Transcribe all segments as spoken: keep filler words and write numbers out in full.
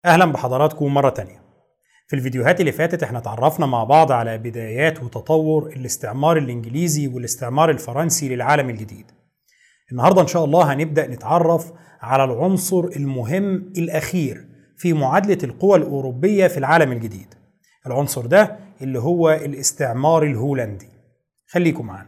أهلا بحضراتكم مرة تانية. في الفيديوهات اللي فاتت احنا تعرفنا مع بعض على بدايات وتطور الاستعمار الإنجليزي والاستعمار الفرنسي للعالم الجديد. النهاردة إن شاء الله هنبدأ نتعرف على العنصر المهم الأخير في معادلة القوى الأوروبية في العالم الجديد. العنصر ده اللي هو الاستعمار الهولندي. خليكم معانا.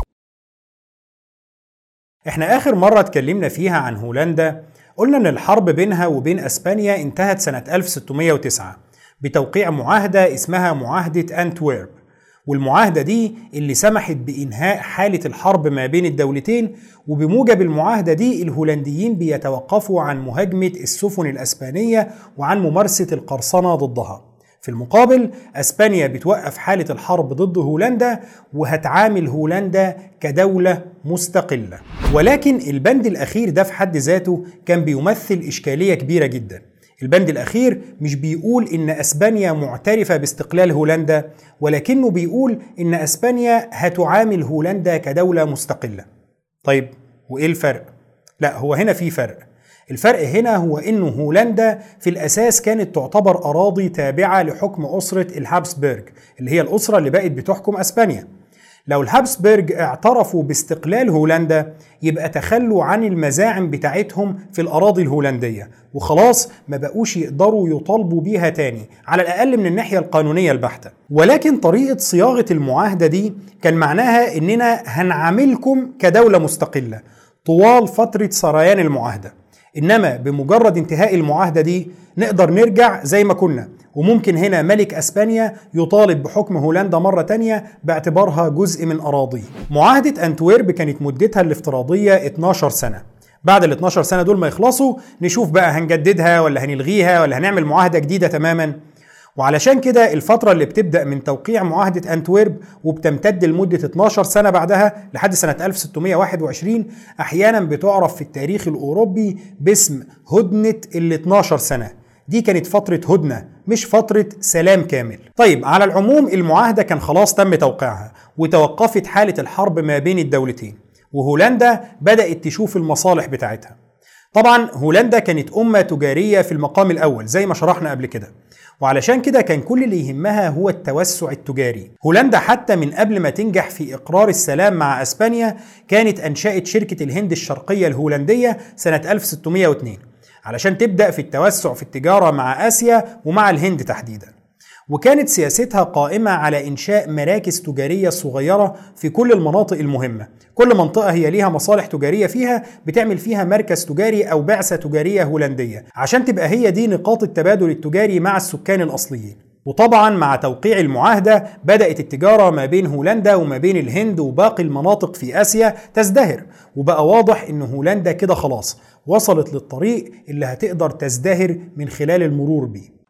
احنا آخر مرة اتكلمنا فيها عن هولندا قلنا ان الحرب بينها وبين اسبانيا انتهت سنة ألف وستمية وتسعة بتوقيع معاهدة اسمها معاهدة أنتويرب، والمعاهدة دي اللي سمحت بإنهاء حالة الحرب ما بين الدولتين، وبموجب المعاهدة دي الهولنديين بيتوقفوا عن مهاجمة السفن الأسبانية وعن ممارسة القرصنة ضدها. في المقابل اسبانيا بتوقف حالة الحرب ضد هولندا وهتعامل هولندا كدولة مستقلة. ولكن البند الأخير ده في حد ذاته كان بيمثل إشكالية كبيرة جدا. البند الأخير مش بيقول إن أسبانيا معترفة باستقلال هولندا، ولكنه بيقول إن أسبانيا هتعامل هولندا كدولة مستقلة. طيب وإيه الفرق؟ لا، هو هنا في فرق. الفرق هنا هو إنه هولندا في الأساس كانت تعتبر أراضي تابعة لحكم أسرة الهابسبرغ، اللي هي الأسرة اللي بقت بتحكم أسبانيا. لو الهابسبرغ اعترفوا باستقلال هولندا يبقى تخلوا عن المزاعم بتاعتهم في الأراضي الهولندية، وخلاص ما بقوش يقدروا يطالبوا بيها تاني، على الأقل من الناحية القانونية البحتة. ولكن طريقة صياغة المعاهدة دي كان معناها إننا هنعاملكم كدولة مستقلة طوال فترة سريان المعاهدة، إنما بمجرد انتهاء المعاهدة دي نقدر نرجع زي ما كنا، وممكن هنا ملك أسبانيا يطالب بحكم هولندا مرة تانية باعتبارها جزء من أراضيه. معاهدة أنتويرب كانت مدتها الافتراضية اتناشر سنة. بعد ال اتناشر سنة دول ما يخلصوا نشوف بقى هنجددها ولا هنلغيها ولا هنعمل معاهدة جديدة تماما. وعلشان كده الفترة اللي بتبدأ من توقيع معاهدة أنتويرب وبتمتد لمدة اتناشر سنة بعدها لحد سنة ألف وستمية وواحد وعشرين أحيانا بتعرف في التاريخ الأوروبي باسم هدنة ال اتناشر سنة. دي كانت فترة هدنة مش فترة سلام كامل. طيب على العموم المعاهدة كان خلاص تم توقيعها وتوقفت حالة الحرب ما بين الدولتين، وهولندا بدأت تشوف المصالح بتاعتها. طبعا هولندا كانت أمة تجارية في المقام الأول زي ما شرحنا قبل كده، وعلشان كده كان كل اللي يهمها هو التوسع التجاري. هولندا حتى من قبل ما تنجح في إقرار السلام مع أسبانيا كانت أنشأت شركة الهند الشرقية الهولندية سنة ألف وستمية واثنين علشان تبدأ في التوسع في التجارة مع آسيا ومع الهند تحديدا. وكانت سياستها قائمة على إنشاء مراكز تجارية صغيرة في كل المناطق المهمة. كل منطقة هي ليها مصالح تجارية فيها بتعمل فيها مركز تجاري أو بعثة تجارية هولندية عشان تبقى هي دي نقاط التبادل التجاري مع السكان الأصليين. وطبعا مع توقيع المعاهدة بدأت التجارة ما بين هولندا وما بين الهند وباقي المناطق في آسيا تزدهر، وبقى واضح إن هولندا كده خلاص وصلت للطريق اللي هتقدر تزدهر من خلال المرور بيه.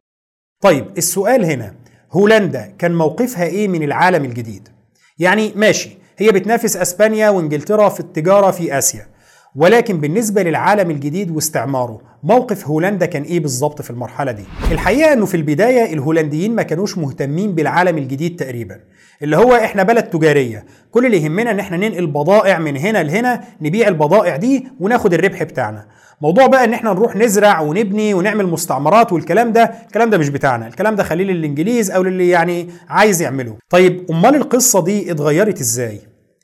طيب السؤال هنا، هولندا كان موقفها ايه من العالم الجديد؟ يعني ماشي هي بتنافس اسبانيا وانجلترا في التجارة في آسيا، ولكن بالنسبة للعالم الجديد واستعماره موقف هولندا كان ايه بالظبط في المرحلة دي؟ الحقيقة انه في البداية الهولنديين ما كانوش مهتمين بالعالم الجديد تقريبا، اللي هو احنا بلد تجارية كل اللي يهمنا ان احنا ننقل بضائع من هنا لهنا، نبيع البضائع دي وناخد الربح بتاعنا. موضوع بقى ان احنا نروح نزرع ونبني ونعمل مستعمرات والكلام ده، الكلام ده مش بتاعنا، الكلام ده خليه للانجليز او للي يعني عايز يعمله. طيب امال القصة دي اتغيرت ازاي؟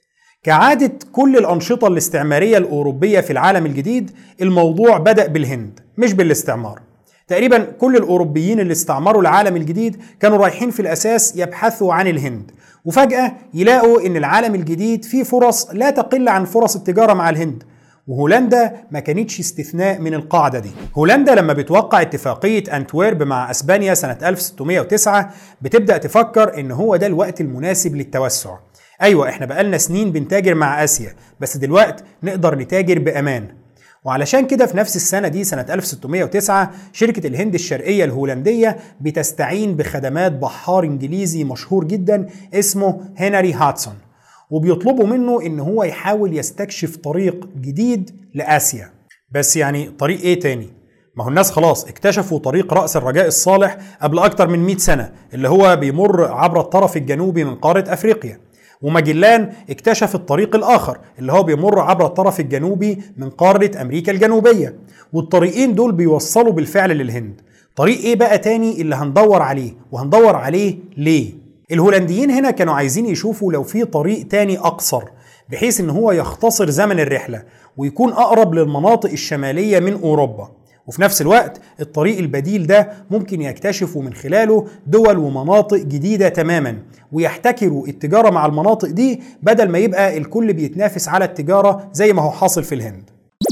كعادة كل الأنشطة الاستعمارية الأوروبية في العالم الجديد الموضوع بدأ بالهند مش بالاستعمار. تقريبا كل الأوروبيين اللي استعمروا العالم الجديد كانوا رايحين في الأساس يبحثوا عن الهند، وفجأة يلاقوا إن العالم الجديد فيه فرص لا تقل عن فرص التجارة مع الهند، وهولندا ما كانتش استثناء من القاعدة دي. هولندا لما بتوقع اتفاقية أنتويرب مع أسبانيا سنة ألف وستمية وتسعة بتبدأ تفكر إن هو ده الوقت المناسب للتوسع. أيوة إحنا بقالنا سنين بنتاجر مع آسيا، بس دلوقت نقدر نتاجر بأمان. وعلشان كده في نفس السنة دي سنة ألف وستمية وتسعة شركة الهند الشرقية الهولندية بتستعين بخدمات بحار إنجليزي مشهور جدا اسمه هنري هاتسون، وبيطلبوا منه إن هو يحاول يستكشف طريق جديد لآسيا. بس يعني طريق إيه تاني؟ ما هو الناس خلاص اكتشفوا طريق رأس الرجاء الصالح قبل أكتر من مئة سنة، اللي هو بيمر عبر الطرف الجنوبي من قارة أفريقيا. وماجلان اكتشف الطريق الآخر اللي هو بيمر عبر الطرف الجنوبي من قارة أمريكا الجنوبية، والطريقين دول بيوصلوا بالفعل للهند. طريق ايه بقى تاني اللي هندور عليه، وهندور عليه ليه؟ الهولنديين هنا كانوا عايزين يشوفوا لو في طريق تاني اقصر، بحيث ان هو يختصر زمن الرحلة ويكون اقرب للمناطق الشمالية من اوروبا، وفي نفس الوقت الطريق البديل ده ممكن يكتشفوا من خلاله دول ومناطق جديدة تماما، ويحتكروا التجارة مع المناطق دي بدل ما يبقى الكل بيتنافس على التجارة زي ما هو حاصل في الهند.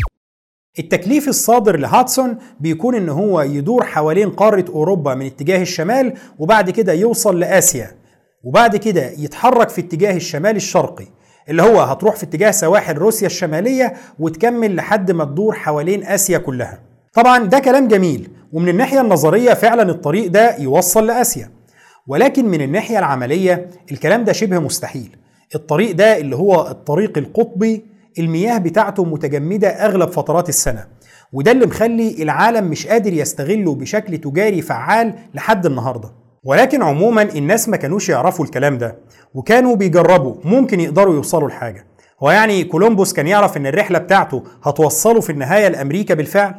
التكليف الصادر لهاتسون بيكون ان هو يدور حوالين قارة اوروبا من اتجاه الشمال، وبعد كده يوصل لآسيا، وبعد كده يتحرك في اتجاه الشمال الشرقي اللي هو هتروح في اتجاه سواحل روسيا الشمالية وتكمل لحد ما تدور حوالين آسيا كلها. طبعا ده كلام جميل، ومن الناحية النظرية فعلا الطريق ده يوصل لآسيا، ولكن من الناحية العملية الكلام ده شبه مستحيل. الطريق ده اللي هو الطريق القطبي المياه بتاعته متجمدة أغلب فترات السنة، وده اللي مخلي العالم مش قادر يستغله بشكل تجاري فعال لحد النهاردة. ولكن عموما الناس ما كانوش يعرفوا الكلام ده، وكانوا بيجربوا ممكن يقدروا يوصلوا لحاجة. هو يعني كولومبوس كان يعرف ان الرحلة بتاعته هتوصله في النهاية لأمريكا بالفعل؟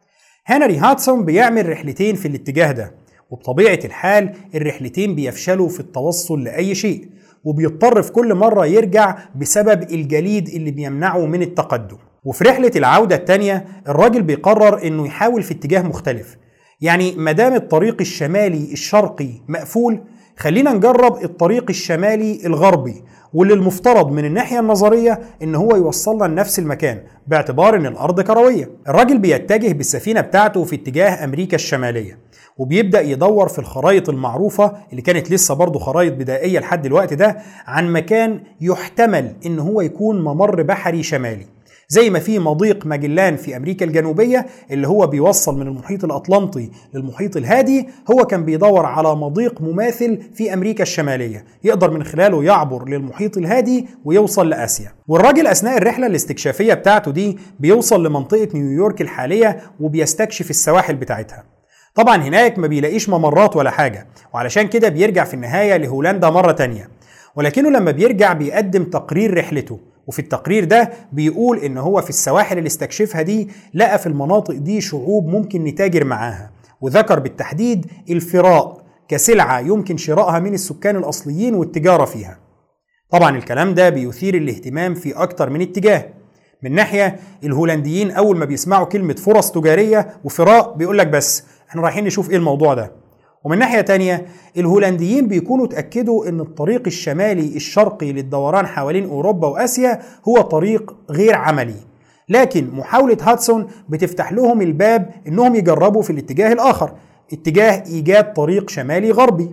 هنري هاتسون بيعمل رحلتين في الاتجاه ده، وبطبيعة الحال الرحلتين بيفشلوا في التوصل لأي شيء، وبيضطر في كل مرة يرجع بسبب الجليد اللي بيمنعه من التقدم. وفي رحلة العودة التانية الراجل بيقرر انه يحاول في اتجاه مختلف، يعني مدام الطريق الشمالي الشرقي مقفول خلينا نجرب الطريق الشمالي الغربي، واللي المفترض من الناحية النظرية ان هو يوصلنا لنفس المكان باعتبار ان الارض كروية. الراجل بيتجه بالسفينة بتاعته في اتجاه امريكا الشمالية، وبيبدأ يدور في الخرائط المعروفة اللي كانت لسه برضه خرائط بدائية لحد الوقت ده عن مكان يحتمل ان هو يكون ممر بحري شمالي، زي ما في مضيق ماجلان في أمريكا الجنوبية اللي هو بيوصل من المحيط الأطلنطي للمحيط الهادي. هو كان بيدور على مضيق مماثل في أمريكا الشمالية يقدر من خلاله يعبر للمحيط الهادي ويوصل لآسيا. والراجل أثناء الرحلة الاستكشافية بتاعته دي بيوصل لمنطقة نيويورك الحالية وبيستكشف السواحل بتاعتها. طبعا هناك ما بيلاقيش ممرات ولا حاجة، وعلشان كده بيرجع في النهاية لهولندا مرة تانية. ولكنه لما بيرجع بيقدم تقرير رحلته، وفي التقرير ده بيقول ان هو في السواحل اللي استكشفها دي لقى في المناطق دي شعوب ممكن نتاجر معاها، وذكر بالتحديد الفراء كسلعة يمكن شرائها من السكان الأصليين والتجارة فيها. طبعا الكلام ده بيثير الاهتمام في أكتر من اتجاه. من ناحية الهولنديين أول ما بيسمعوا كلمة فرص تجارية وفراء بيقولك بس احنا رايحين نشوف ايه الموضوع ده. ومن ناحية تانية الهولنديين بيكونوا تأكدوا ان الطريق الشمالي الشرقي للدوران حوالين أوروبا وآسيا هو طريق غير عملي، لكن محاولة هاتسون بتفتح لهم الباب انهم يجربوا في الاتجاه الآخر، اتجاه إيجاد طريق شمالي غربي.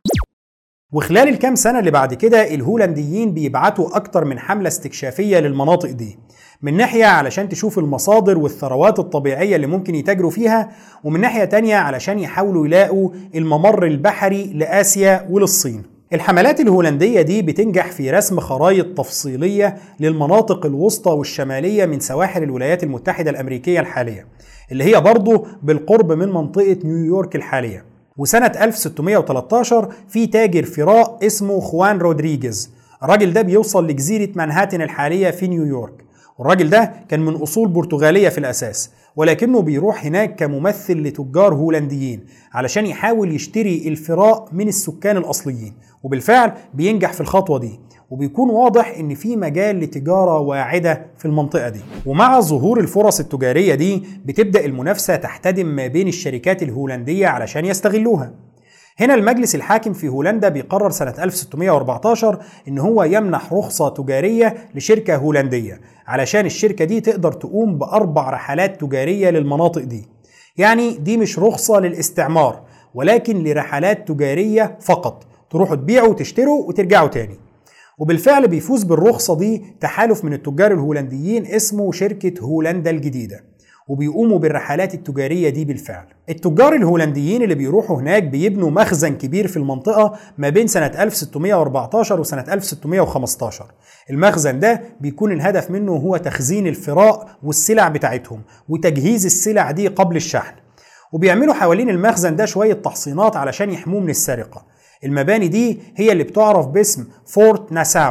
وخلال الكام سنة اللي بعد كده الهولنديين بيبعتوا أكتر من حملة استكشافية للمناطق دي، من ناحية علشان تشوف المصادر والثروات الطبيعية اللي ممكن يتاجروا فيها، ومن ناحية تانية علشان يحاولوا يلاقوا الممر البحري لآسيا وللصين. الحملات الهولندية دي بتنجح في رسم خرائط تفصيلية للمناطق الوسطى والشمالية من سواحل الولايات المتحدة الأمريكية الحالية، اللي هي برضه بالقرب من منطقة نيويورك الحالية. وسنة ألف وستمائة وثلاثة عشر في تاجر فراء اسمه خوان رودريجيز، الراجل ده بيوصل لجزيرة مانهاتن الحالية في نيويورك، والراجل ده كان من أصول برتغالية في الأساس، ولكنه بيروح هناك كممثل لتجار هولنديين علشان يحاول يشتري الفراء من السكان الأصليين، وبالفعل بينجح في الخطوة دي، وبيكون واضح ان في مجال لتجارة واعدة في المنطقة دي. ومع ظهور الفرص التجارية دي بتبدأ المنافسة تحتدم ما بين الشركات الهولندية علشان يستغلوها. هنا المجلس الحاكم في هولندا بيقرر سنة ألف وستمائة وأربعة عشر ان هو يمنح رخصة تجارية لشركة هولندية علشان الشركة دي تقدر تقوم بأربع رحلات تجارية للمناطق دي. يعني دي مش رخصة للاستعمار، ولكن لرحلات تجارية فقط، تروحوا تبيعوا وتشتروا وترجعوا تاني. وبالفعل بيفوز بالرخصة دي تحالف من التجار الهولنديين اسمه شركة هولندا الجديدة، وبيقوموا بالرحلات التجارية دي بالفعل. التجار الهولنديين اللي بيروحوا هناك بيبنوا مخزن كبير في المنطقة ما بين سنة ألف وستمائة وأربعة عشر وسنة ألف وستمائة وخمسة عشر. المخزن ده بيكون الهدف منه هو تخزين الفراء والسلع بتاعتهم وتجهيز السلع دي قبل الشحن، وبيعملوا حوالين المخزن ده شوية تحصينات علشان يحموه من السرقة. المباني دي هي اللي بتعرف باسم فورت ناساو،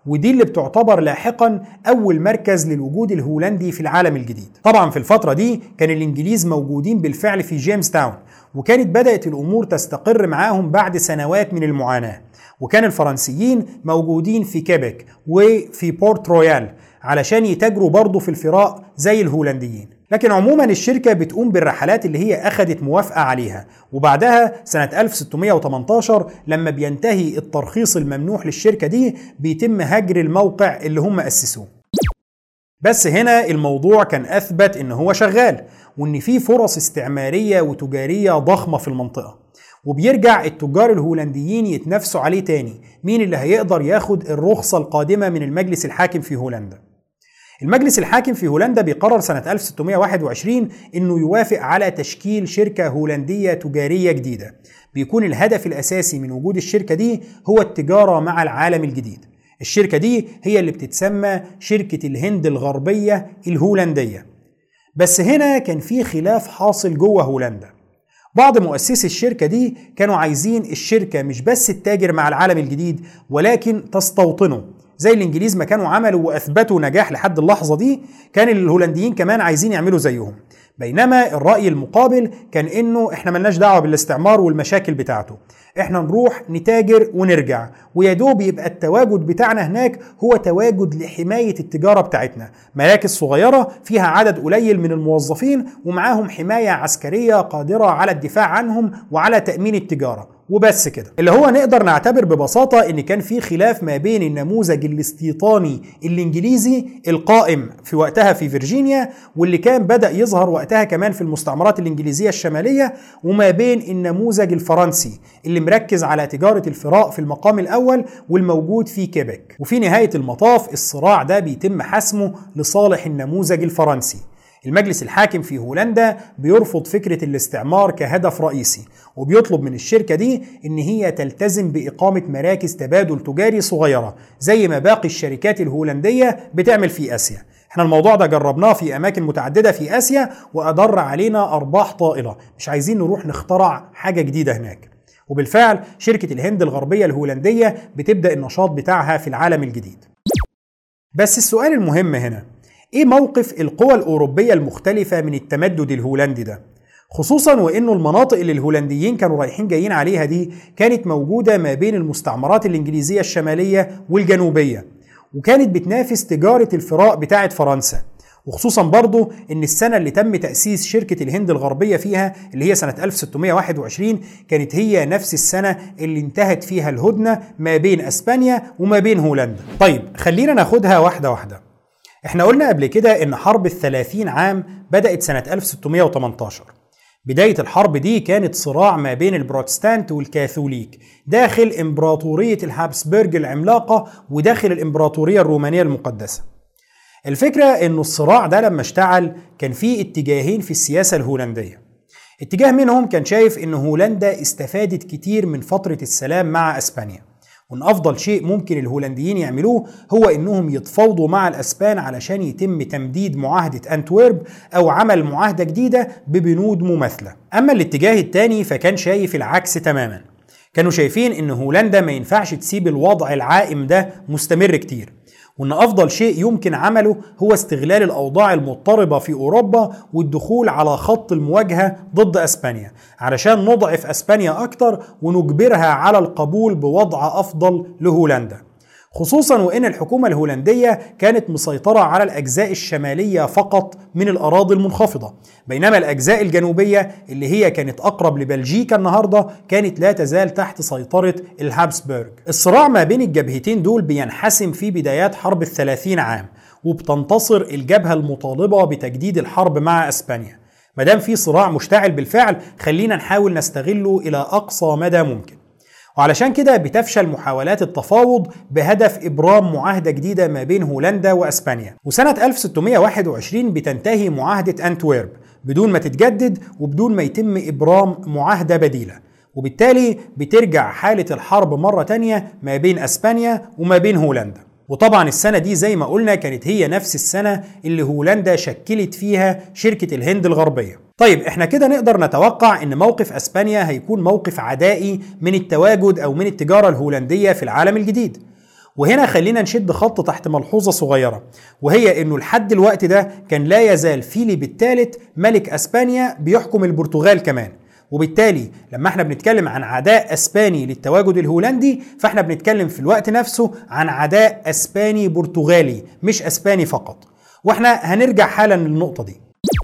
ودي اللي بتعتبر لاحقا أول مركز للوجود الهولندي في العالم الجديد. طبعا في الفترة دي كان الإنجليز موجودين بالفعل في جيمس تاون، وكانت بدأت الأمور تستقر معاهم بعد سنوات من المعاناة، وكان الفرنسيين موجودين في كيبك وفي بورت رويال علشان يتاجروا برضه في الفراء زي الهولنديين. لكن عموما الشركة بتقوم بالرحلات اللي هي أخدت موافقة عليها، وبعدها سنة ألف وستمائة وثمانية عشر لما بينتهي الترخيص الممنوح للشركة دي بيتم هجر الموقع اللي هم أسسوه. بس هنا الموضوع كان أثبت إن هو شغال، وإن في فرص استعمارية وتجارية ضخمة في المنطقة، وبيرجع التجار الهولنديين يتنافسوا عليه تاني، مين اللي هيقدر ياخد الرخصة القادمة من المجلس الحاكم في هولندا. المجلس الحاكم في هولندا بيقرر سنة ألف وستمائة وواحد وعشرين إنه يوافق على تشكيل شركة هولندية تجارية جديدة، بيكون الهدف الأساسي من وجود الشركة دي هو التجارة مع العالم الجديد. الشركة دي هي اللي بتتسمى شركة الهند الغربية الهولندية. بس هنا كان في خلاف حاصل جوه هولندا. بعض مؤسسي الشركة دي كانوا عايزين الشركة مش بس تتاجر مع العالم الجديد ولكن تستوطنه، زي الإنجليز ما كانوا عملوا وأثبتوا نجاح لحد اللحظة دي، كان الهولنديين كمان عايزين يعملوا زيهم. بينما الرأي المقابل كان إنه إحنا ملناش دعوة بالاستعمار والمشاكل بتاعته، إحنا نروح نتاجر ونرجع، ويدوب يبقى التواجد بتاعنا هناك هو تواجد لحماية التجارة بتاعتنا، مراكز صغيرة فيها عدد قليل من الموظفين ومعاهم حماية عسكرية قادرة على الدفاع عنهم وعلى تأمين التجارة، وبس كده. اللي هو نقدر نعتبر ببساطة ان كان في خلاف ما بين النموذج الاستيطاني الانجليزي القائم في وقتها في فيرجينيا، واللي كان بدأ يظهر وقتها كمان في المستعمرات الانجليزية الشمالية، وما بين النموذج الفرنسي اللي مركز على تجارة الفراء في المقام الاول والموجود في كيبك. وفي نهاية المطاف الصراع ده بيتم حسمه لصالح النموذج الفرنسي. المجلس الحاكم في هولندا بيرفض فكرة الاستعمار كهدف رئيسي، وبيطلب من الشركة دي ان هي تلتزم بإقامة مراكز تبادل تجاري صغيرة زي ما باقي الشركات الهولندية بتعمل في آسيا. احنا الموضوع ده جربناه في أماكن متعددة في آسيا وأدر علينا أرباح طائلة، مش عايزين نروح نخترع حاجة جديدة هناك. وبالفعل شركة الهند الغربية الهولندية بتبدأ النشاط بتاعها في العالم الجديد. بس السؤال المهم هنا، ايه موقف القوى الأوروبية المختلفة من التمدد الهولندي ده؟ خصوصا وانه المناطق اللي الهولنديين كانوا رايحين جايين عليها دي كانت موجودة ما بين المستعمرات الإنجليزية الشمالية والجنوبية، وكانت بتنافس تجارة الفراء بتاعة فرنسا. وخصوصا برضو ان السنة اللي تم تأسيس شركة الهند الغربية فيها اللي هي سنة ألف وستمائة وواحد وعشرين كانت هي نفس السنة اللي انتهت فيها الهدنة ما بين اسبانيا وما بين هولندا. طيب خلينا ناخدها واحدة واحدة. احنا قلنا قبل كده ان حرب الثلاثين عام بدأت سنة ألف وستمائة وثمانية عشر. بداية الحرب دي كانت صراع ما بين البروتستانت والكاثوليك داخل امبراطورية الهابسبرج العملاقة وداخل الامبراطورية الرومانية المقدسة. الفكرة انه الصراع ده لما اشتعل كان فيه اتجاهين في السياسة الهولندية. اتجاه منهم كان شايف ان هولندا استفادت كتير من فترة السلام مع اسبانيا، وان افضل شيء ممكن الهولنديين يعملوه هو انهم يتفاوضوا مع الاسبان علشان يتم تمديد معاهدة انتويرب او عمل معاهدة جديدة ببنود مماثلة. اما الاتجاه الثاني فكان شايف العكس تماما، كانوا شايفين ان هولندا ما ينفعش تسيب الوضع العائم ده مستمر كتير، وان افضل شيء يمكن عمله هو استغلال الاوضاع المضطربة في اوروبا والدخول على خط المواجهة ضد اسبانيا علشان نضعف اسبانيا اكتر ونجبرها على القبول بوضع افضل لهولندا، خصوصا وان الحكومة الهولندية كانت مسيطرة على الاجزاء الشمالية فقط من الاراضي المنخفضة، بينما الاجزاء الجنوبية اللي هي كانت اقرب لبلجيكا النهاردة كانت لا تزال تحت سيطرة الهابسبرج. الصراع ما بين الجبهتين دول بينحسم في بدايات حرب الثلاثين عام، وبتنتصر الجبهة المطالبة بتجديد الحرب مع اسبانيا. مادام في صراع مشتعل بالفعل خلينا نحاول نستغله الى اقصى مدى ممكن، وعلشان كده بتفشل محاولات التفاوض بهدف إبرام معاهدة جديدة ما بين هولندا وأسبانيا. وسنة ألف وستمائة وواحد وعشرين بتنتهي معاهدة أنتويرب بدون ما تتجدد وبدون ما يتم إبرام معاهدة بديلة، وبالتالي بترجع حالة الحرب مرة تانية ما بين أسبانيا وما بين هولندا. وطبعا السنة دي زي ما قلنا كانت هي نفس السنة اللي هولندا شكلت فيها شركة الهند الغربية. طيب احنا كده نقدر نتوقع ان موقف اسبانيا هيكون موقف عدائي من التواجد او من التجارة الهولندية في العالم الجديد، وهنا خلينا نشد خط تحت ملحوظة صغيرة، وهي انه لحد الوقت ده كان لا يزال فيليب الثالث ملك اسبانيا بيحكم البرتغال كمان، وبالتالي لما احنا بنتكلم عن عداء اسباني للتواجد الهولندي فاحنا بنتكلم في الوقت نفسه عن عداء اسباني برتغالي مش اسباني فقط، واحنا هنرجع حالا للنقطة دي.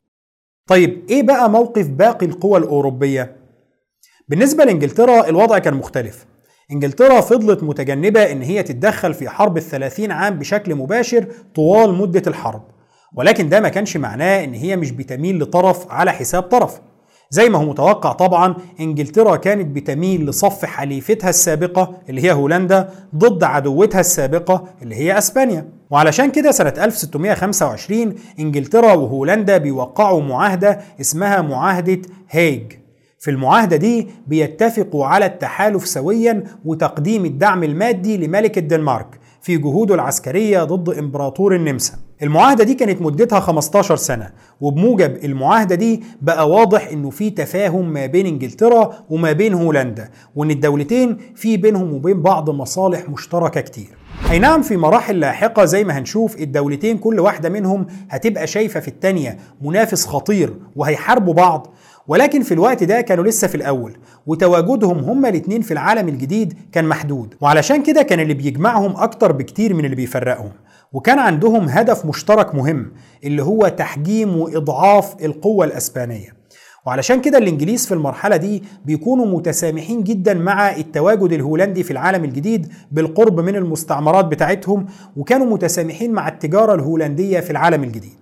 طيب ايه بقى موقف باقي القوى الاوروبية؟ بالنسبة لانجلترا الوضع كان مختلف. انجلترا فضلت متجنبة ان هي تتدخل في حرب الثلاثين عام بشكل مباشر طوال مدة الحرب، ولكن ده ما كانش معناه ان هي مش بتميل لطرف على حساب طرف. زي ما هو متوقع طبعا انجلترا كانت بتميل لصف حليفتها السابقة اللي هي هولندا ضد عدوتها السابقة اللي هي اسبانيا، وعلشان كده سنة ألف وستمائة وخمسة وعشرين انجلترا وهولندا بيوقعوا معاهدة اسمها معاهدة هيج. في المعاهدة دي بيتفقوا على التحالف سويا وتقديم الدعم المادي لملك الدنمارك في جهوده العسكرية ضد إمبراطور النمسا. المعاهدة دي كانت مدتها خمستاشر سنة، وبموجب المعاهدة دي بقى واضح إنه في تفاهم ما بين إنجلترا وما بين هولندا، وإن الدولتين في بينهم وبين بعض مصالح مشتركة كتير. أي نعم في مراحل لاحقة زي ما هنشوف الدولتين كل واحدة منهم هتبقى شايفة في التانية منافس خطير وهيحاربوا بعض، ولكن في الوقت ده كانوا لسه في الأول، وتواجدهم هما الاتنين في العالم الجديد كان محدود، وعلشان كده كان اللي بيجمعهم أكتر بكتير من اللي بيفرقهم، وكان عندهم هدف مشترك مهم اللي هو تحجيم وإضعاف القوة الأسبانية. وعلشان كده الإنجليز في المرحلة دي بيكونوا متسامحين جدا مع التواجد الهولندي في العالم الجديد بالقرب من المستعمرات بتاعتهم، وكانوا متسامحين مع التجارة الهولندية في العالم الجديد.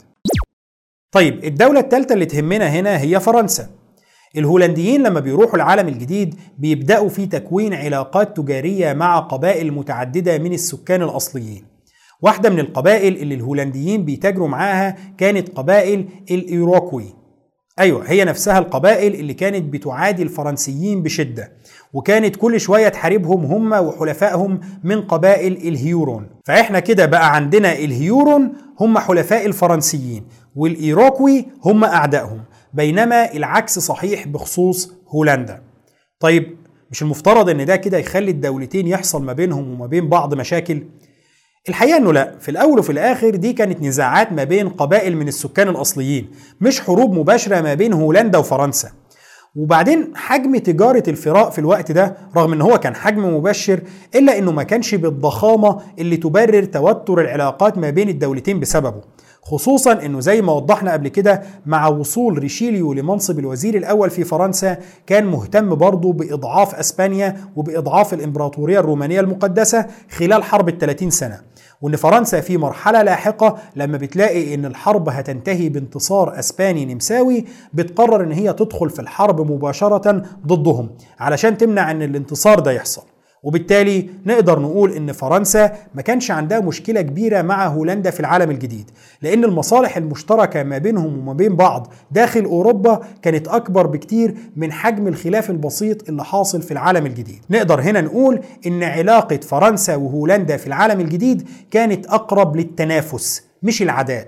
طيب الدولة الثالثة اللي تهمنا هنا هي فرنسا. الهولنديين لما بيروحوا العالم الجديد بيبدأوا في تكوين علاقات تجارية مع قبائل متعددة من السكان الأصليين. واحدة من القبائل اللي الهولنديين بيتاجروا معاها كانت قبائل الإيروكوي. أيوة هي نفسها القبائل اللي كانت بتعادي الفرنسيين بشدة، وكانت كل شوية تحاربهم هم وحلفائهم من قبائل الهيورون. فإحنا كده بقى عندنا الهيورون هم حلفاء الفرنسيين والإيروكوي هم أعدائهم، بينما العكس صحيح بخصوص هولندا. طيب مش المفترض ان ده كده يخلي الدولتين يحصل ما بينهم وما بين بعض مشاكل؟ الحقيقة انه لا، في الاول وفي الاخر دي كانت نزاعات ما بين قبائل من السكان الاصليين، مش حروب مباشرة ما بين هولندا وفرنسا. وبعدين حجم تجارة الفراء في الوقت ده رغم ان هو كان حجم مبشر الا انه ما كانش بالضخامة اللي تبرر توتر العلاقات ما بين الدولتين بسببه، خصوصا انه زي ما وضحنا قبل كده مع وصول ريشيليو لمنصب الوزير الاول في فرنسا كان مهتم برضه باضعاف اسبانيا وباضعاف الامبراطورية الرومانية المقدسة خلال حرب الثلاثين سنة، وان فرنسا في مرحلة لاحقة لما بتلاقي ان الحرب هتنتهي بانتصار اسباني نمساوي بتقرر ان هي تدخل في الحرب مباشرة ضدهم علشان تمنع ان الانتصار ده يحصل. وبالتالي نقدر نقول ان فرنسا ما كانش عندها مشكلة كبيرة مع هولندا في العالم الجديد، لان المصالح المشتركة ما بينهم وما بين بعض داخل اوروبا كانت اكبر بكتير من حجم الخلاف البسيط اللي حاصل في العالم الجديد. نقدر هنا نقول ان علاقة فرنسا وهولندا في العالم الجديد كانت اقرب للتنافس مش العداء.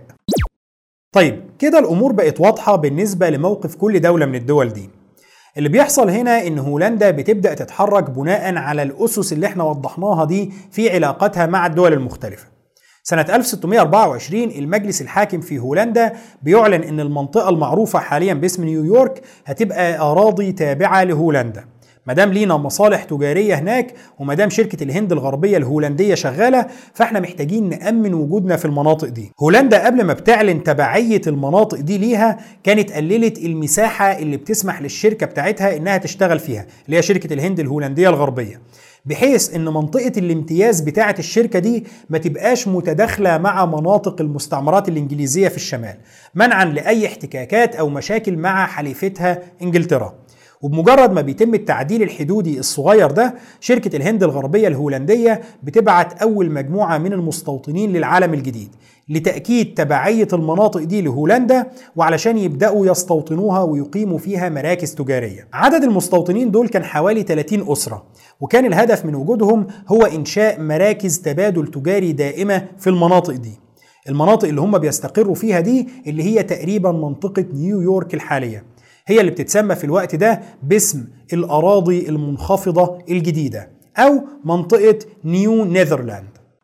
طيب كده الامور بقت واضحة بالنسبة لموقف كل دولة من الدول دي. اللي بيحصل هنا ان هولندا بتبدأ تتحرك بناء على الأسس اللي احنا وضحناها دي في علاقتها مع الدول المختلفة. سنة ألف وستمائة وأربعة وعشرين المجلس الحاكم في هولندا بيعلن ان المنطقة المعروفة حاليا باسم نيويورك هتبقى أراضي تابعة لهولندا. مادام لينا مصالح تجارية هناك ومادام شركة الهند الغربية الهولندية شغالة فاحنا محتاجين نأمن وجودنا في المناطق دي. هولندا قبل ما بتعلن تبعية المناطق دي ليها كانت قللت المساحة اللي بتسمح للشركة بتاعتها انها تشتغل فيها اللي هي شركة الهند الهولندية الغربية، بحيث ان منطقة الامتياز بتاعة الشركة دي ما تبقاش متداخلة مع مناطق المستعمرات الانجليزية في الشمال، منعا لأي احتكاكات او مشاكل مع حليفتها انجلترا. وبمجرد ما بيتم التعديل الحدودي الصغير ده شركة الهند الغربية الهولندية بتبعت أول مجموعة من المستوطنين للعالم الجديد لتأكيد تبعية المناطق دي لهولندا وعلشان يبدأوا يستوطنوها ويقيموا فيها مراكز تجارية. عدد المستوطنين دول كان حوالي ثلاثين أسرة، وكان الهدف من وجودهم هو إنشاء مراكز تبادل تجاري دائمة في المناطق دي. المناطق اللي هم بيستقروا فيها دي اللي هي تقريبا منطقة نيويورك الحالية، هي اللي بتتسمى في الوقت ده باسم الأراضي المنخفضة الجديدة أو منطقة نيو نيذرلاند.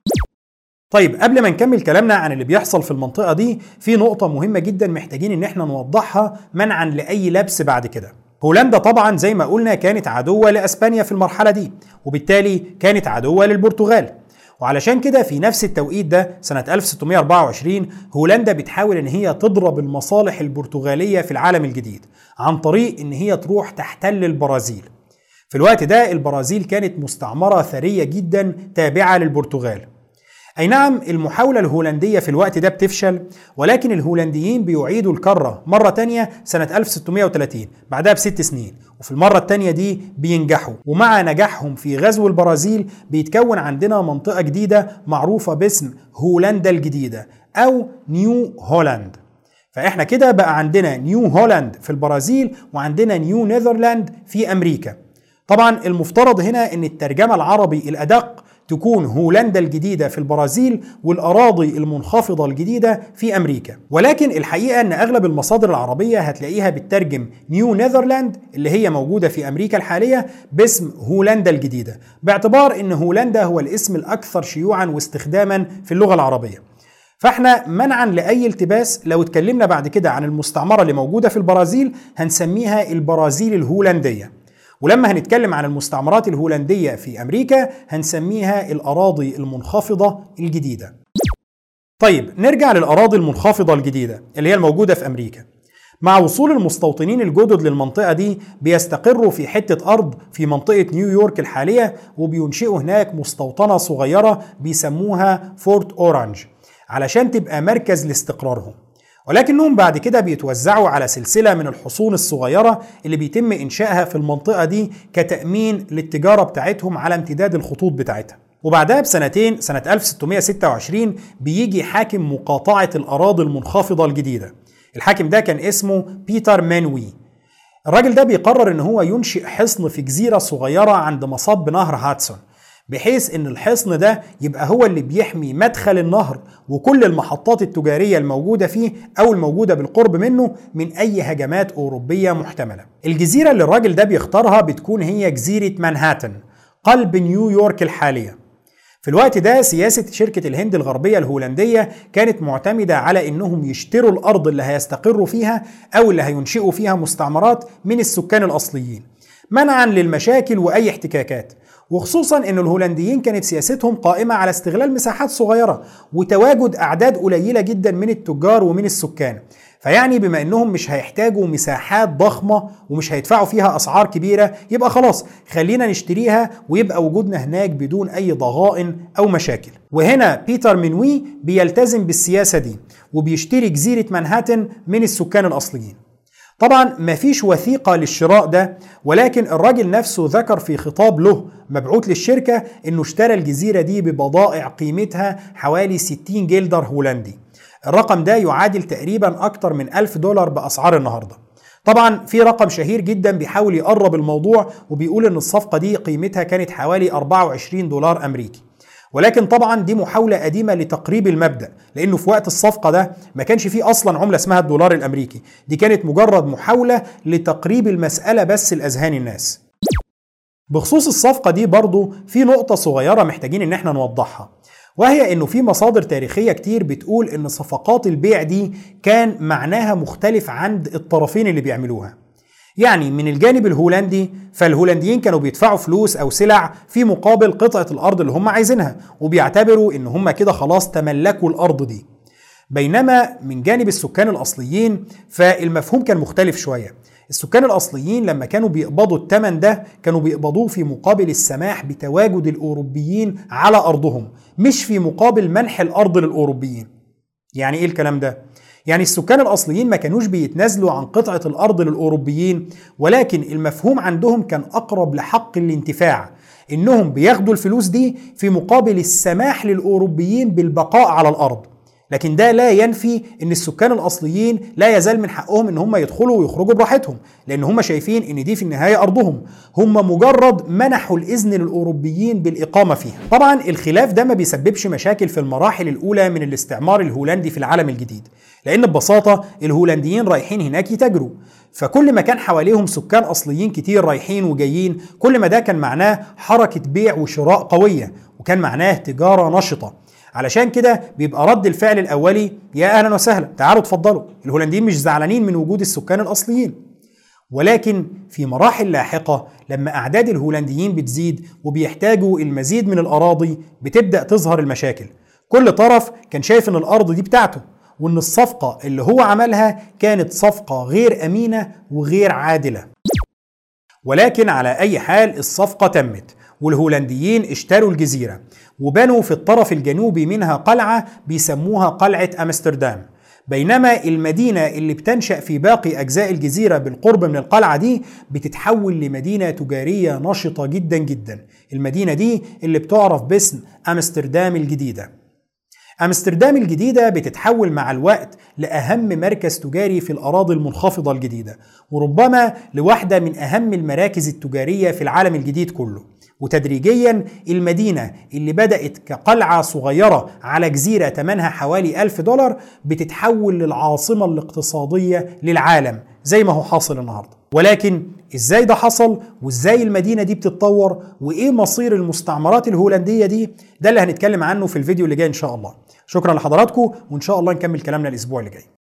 طيب قبل ما نكمل كلامنا عن اللي بيحصل في المنطقة دي، في نقطة مهمة جدا محتاجين ان احنا نوضحها منعا لأي لبس بعد كده. هولندا طبعا زي ما قلنا كانت عدوة لأسبانيا في المرحلة دي، وبالتالي كانت عدوة للبرتغال. وعلشان كده في نفس التوقيت ده سنة ألف وستمائة وأربعة وعشرين هولندا بتحاول ان هي تضرب المصالح البرتغالية في العالم الجديد عن طريق ان هي تروح تحتل البرازيل. في الوقت ده البرازيل كانت مستعمرة ثرية جدا تابعة للبرتغال. أي نعم المحاولة الهولندية في الوقت ده بتفشل، ولكن الهولنديين بيعيدوا الكرة مرة تانية سنة ألف وستمائة وثلاثين بعدها بست سنين، وفي المرة التانية دي بينجحوا، ومع نجاحهم في غزو البرازيل بيتكون عندنا منطقة جديدة معروفة باسم هولندا الجديدة أو نيو هولاند. فإحنا كده بقى عندنا نيو هولاند في البرازيل وعندنا نيو نيذرلاند في أمريكا. طبعا المفترض هنا أن الترجمة العربي الأدق تكون هولندا الجديدة في البرازيل والأراضي المنخفضة الجديدة في أمريكا، ولكن الحقيقة أن أغلب المصادر العربية هتلاقيها بتترجم نيو نيذرلاند اللي هي موجودة في أمريكا الحالية باسم هولندا الجديدة، باعتبار أن هولندا هو الاسم الأكثر شيوعا واستخداما في اللغة العربية. فاحنا منعا لأي التباس لو اتكلمنا بعد كده عن المستعمرة اللي موجودة في البرازيل هنسميها البرازيل الهولندية، ولما هنتكلم عن المستعمرات الهولندية في أمريكا هنسميها الأراضي المنخفضة الجديدة. طيب نرجع للأراضي المنخفضة الجديدة اللي هي الموجودة في أمريكا. مع وصول المستوطنين الجدد للمنطقة دي بيستقروا في حتة أرض في منطقة نيويورك الحالية، وبينشئوا هناك مستوطنة صغيرة بيسموها فورت أورانج علشان تبقى مركز لاستقرارهم، ولكنهم بعد كده بيتوزعوا على سلسلة من الحصون الصغيرة اللي بيتم إنشائها في المنطقة دي كتأمين للتجارة بتاعتهم على امتداد الخطوط بتاعتها. وبعدها بسنتين سنة ألف وستمائة وستة وعشرين بيجي حاكم مقاطعة الأراضي المنخفضة الجديدة. الحاكم ده كان اسمه بيتر مانوي. الراجل ده بيقرر ان هو ينشئ حصن في جزيرة صغيرة عند مصب نهر هاتسون، بحيث ان الحصن ده يبقى هو اللي بيحمي مدخل النهر وكل المحطات التجارية الموجودة فيه او الموجودة بالقرب منه من اي هجمات اوروبية محتملة. الجزيرة اللي الراجل ده بيختارها بتكون هي جزيرة مانهاتن قلب نيويورك الحالية. في الوقت ده سياسة شركة الهند الغربية الهولندية كانت معتمدة على انهم يشتروا الارض اللي هيستقروا فيها او اللي هينشئوا فيها مستعمرات من السكان الاصليين منعا للمشاكل واي احتكاكات، وخصوصا ان الهولنديين كانت سياستهم قائمة على استغلال مساحات صغيرة وتواجد اعداد قليلة جدا من التجار ومن السكان. فيعني بما انهم مش هيحتاجوا مساحات ضخمة ومش هيدفعوا فيها اسعار كبيرة، يبقى خلاص خلينا نشتريها ويبقى وجودنا هناك بدون اي ضغائن او مشاكل. وهنا بيتر مانوي بيلتزم بالسياسة دي وبيشتري جزيرة مانهاتن من السكان الاصليين. طبعا مفيش وثيقة للشراء ده، ولكن الراجل نفسه ذكر في خطاب له مبعوث للشركة انه اشترى الجزيرة دي ببضائع قيمتها حوالي ستين جلدر هولندي. الرقم ده يعادل تقريبا اكتر من ألف دولار باسعار النهاردة. طبعا في رقم شهير جدا بيحاول يقرب الموضوع وبيقول ان الصفقة دي قيمتها كانت حوالي أربعة وعشرين دولار امريكي، ولكن طبعا دي محاولة قديمة لتقريب المبدأ، لانه في وقت الصفقة ده ما كانش فيه اصلا عملة اسمها الدولار الامريكي، دي كانت مجرد محاولة لتقريب المسألة بس لأذهان الناس. بخصوص الصفقة دي برضو في نقطة صغيرة محتاجين ان احنا نوضحها، وهي انه في مصادر تاريخية كتير بتقول ان صفقات البيع دي كان معناها مختلف عند الطرفين اللي بيعملوها. يعني من الجانب الهولندي فالهولنديين كانوا بيدفعوا فلوس او سلع في مقابل قطعة الارض اللي هم عايزينها، وبيعتبروا ان هم كده خلاص تملكوا الارض دي. بينما من جانب السكان الاصليين فالمفهوم كان مختلف شوية. السكان الأصليين لما كانوا بيقبضوا الثمن ده كانوا بيقبضوه في مقابل السماح بتواجد الأوروبيين على أرضهم، مش في مقابل منح الأرض للأوروبيين. يعني إيه الكلام ده؟ يعني السكان الأصليين ما كانوش بيتنازلوا عن قطعة الأرض للأوروبيين، ولكن المفهوم عندهم كان أقرب لحق الانتفاع، إنهم بياخدوا الفلوس دي في مقابل السماح للأوروبيين بالبقاء على الأرض. لكن ده لا ينفي ان السكان الاصليين لا يزال من حقهم ان هم يدخلوا ويخرجوا براحتهم، لان هم شايفين ان دي في النهاية ارضهم، هم مجرد منحوا الاذن للاوروبيين بالاقامة فيها. طبعا الخلاف ده ما بيسببش مشاكل في المراحل الاولى من الاستعمار الهولندي في العالم الجديد، لان ببساطة الهولنديين رايحين هناك يتاجروا، فكل ما كان حواليهم سكان اصليين كتير رايحين وجايين كل ما ده كان معناه حركة بيع وشراء قوية، وكان معناه تجارة نشطة. علشان كده بيبقى رد الفعل الأولي يا أهلا وسهلا تعالوا اتفضلوا، الهولنديين مش زعلانين من وجود السكان الأصليين. ولكن في مراحل لاحقة لما أعداد الهولنديين بتزيد وبيحتاجوا المزيد من الأراضي بتبدأ تظهر المشاكل. كل طرف كان شايف إن الأرض دي بتاعته، وإن الصفقة اللي هو عملها كانت صفقة غير أمينة وغير عادلة. ولكن على أي حال الصفقة تمت، والهولنديين اشتروا الجزيرة وبنوا في الطرف الجنوبي منها قلعة بيسموها قلعة أمستردام، بينما المدينة اللي بتنشأ في باقي أجزاء الجزيرة بالقرب من القلعة دي بتتحول لمدينة تجارية نشطة جدا جدا. المدينة دي اللي بتعرف باسم أمستردام الجديدة. أمستردام الجديدة بتتحول مع الوقت لأهم مركز تجاري في الأراضي المنخفضة الجديدة، وربما لواحدة من أهم المراكز التجارية في العالم الجديد كله. وتدريجيا المدينة اللي بدأت كقلعة صغيرة على جزيرة ثمنها حوالي ألف دولار بتتحول للعاصمة الاقتصادية للعالم زي ما هو حاصل النهاردة. ولكن ازاي ده حصل، وازاي المدينة دي بتتطور، وايه مصير المستعمرات الهولندية دي، ده اللي هنتكلم عنه في الفيديو اللي جاي ان شاء الله. شكرا لحضراتكم، وان شاء الله نكمل كلامنا الاسبوع اللي جاي.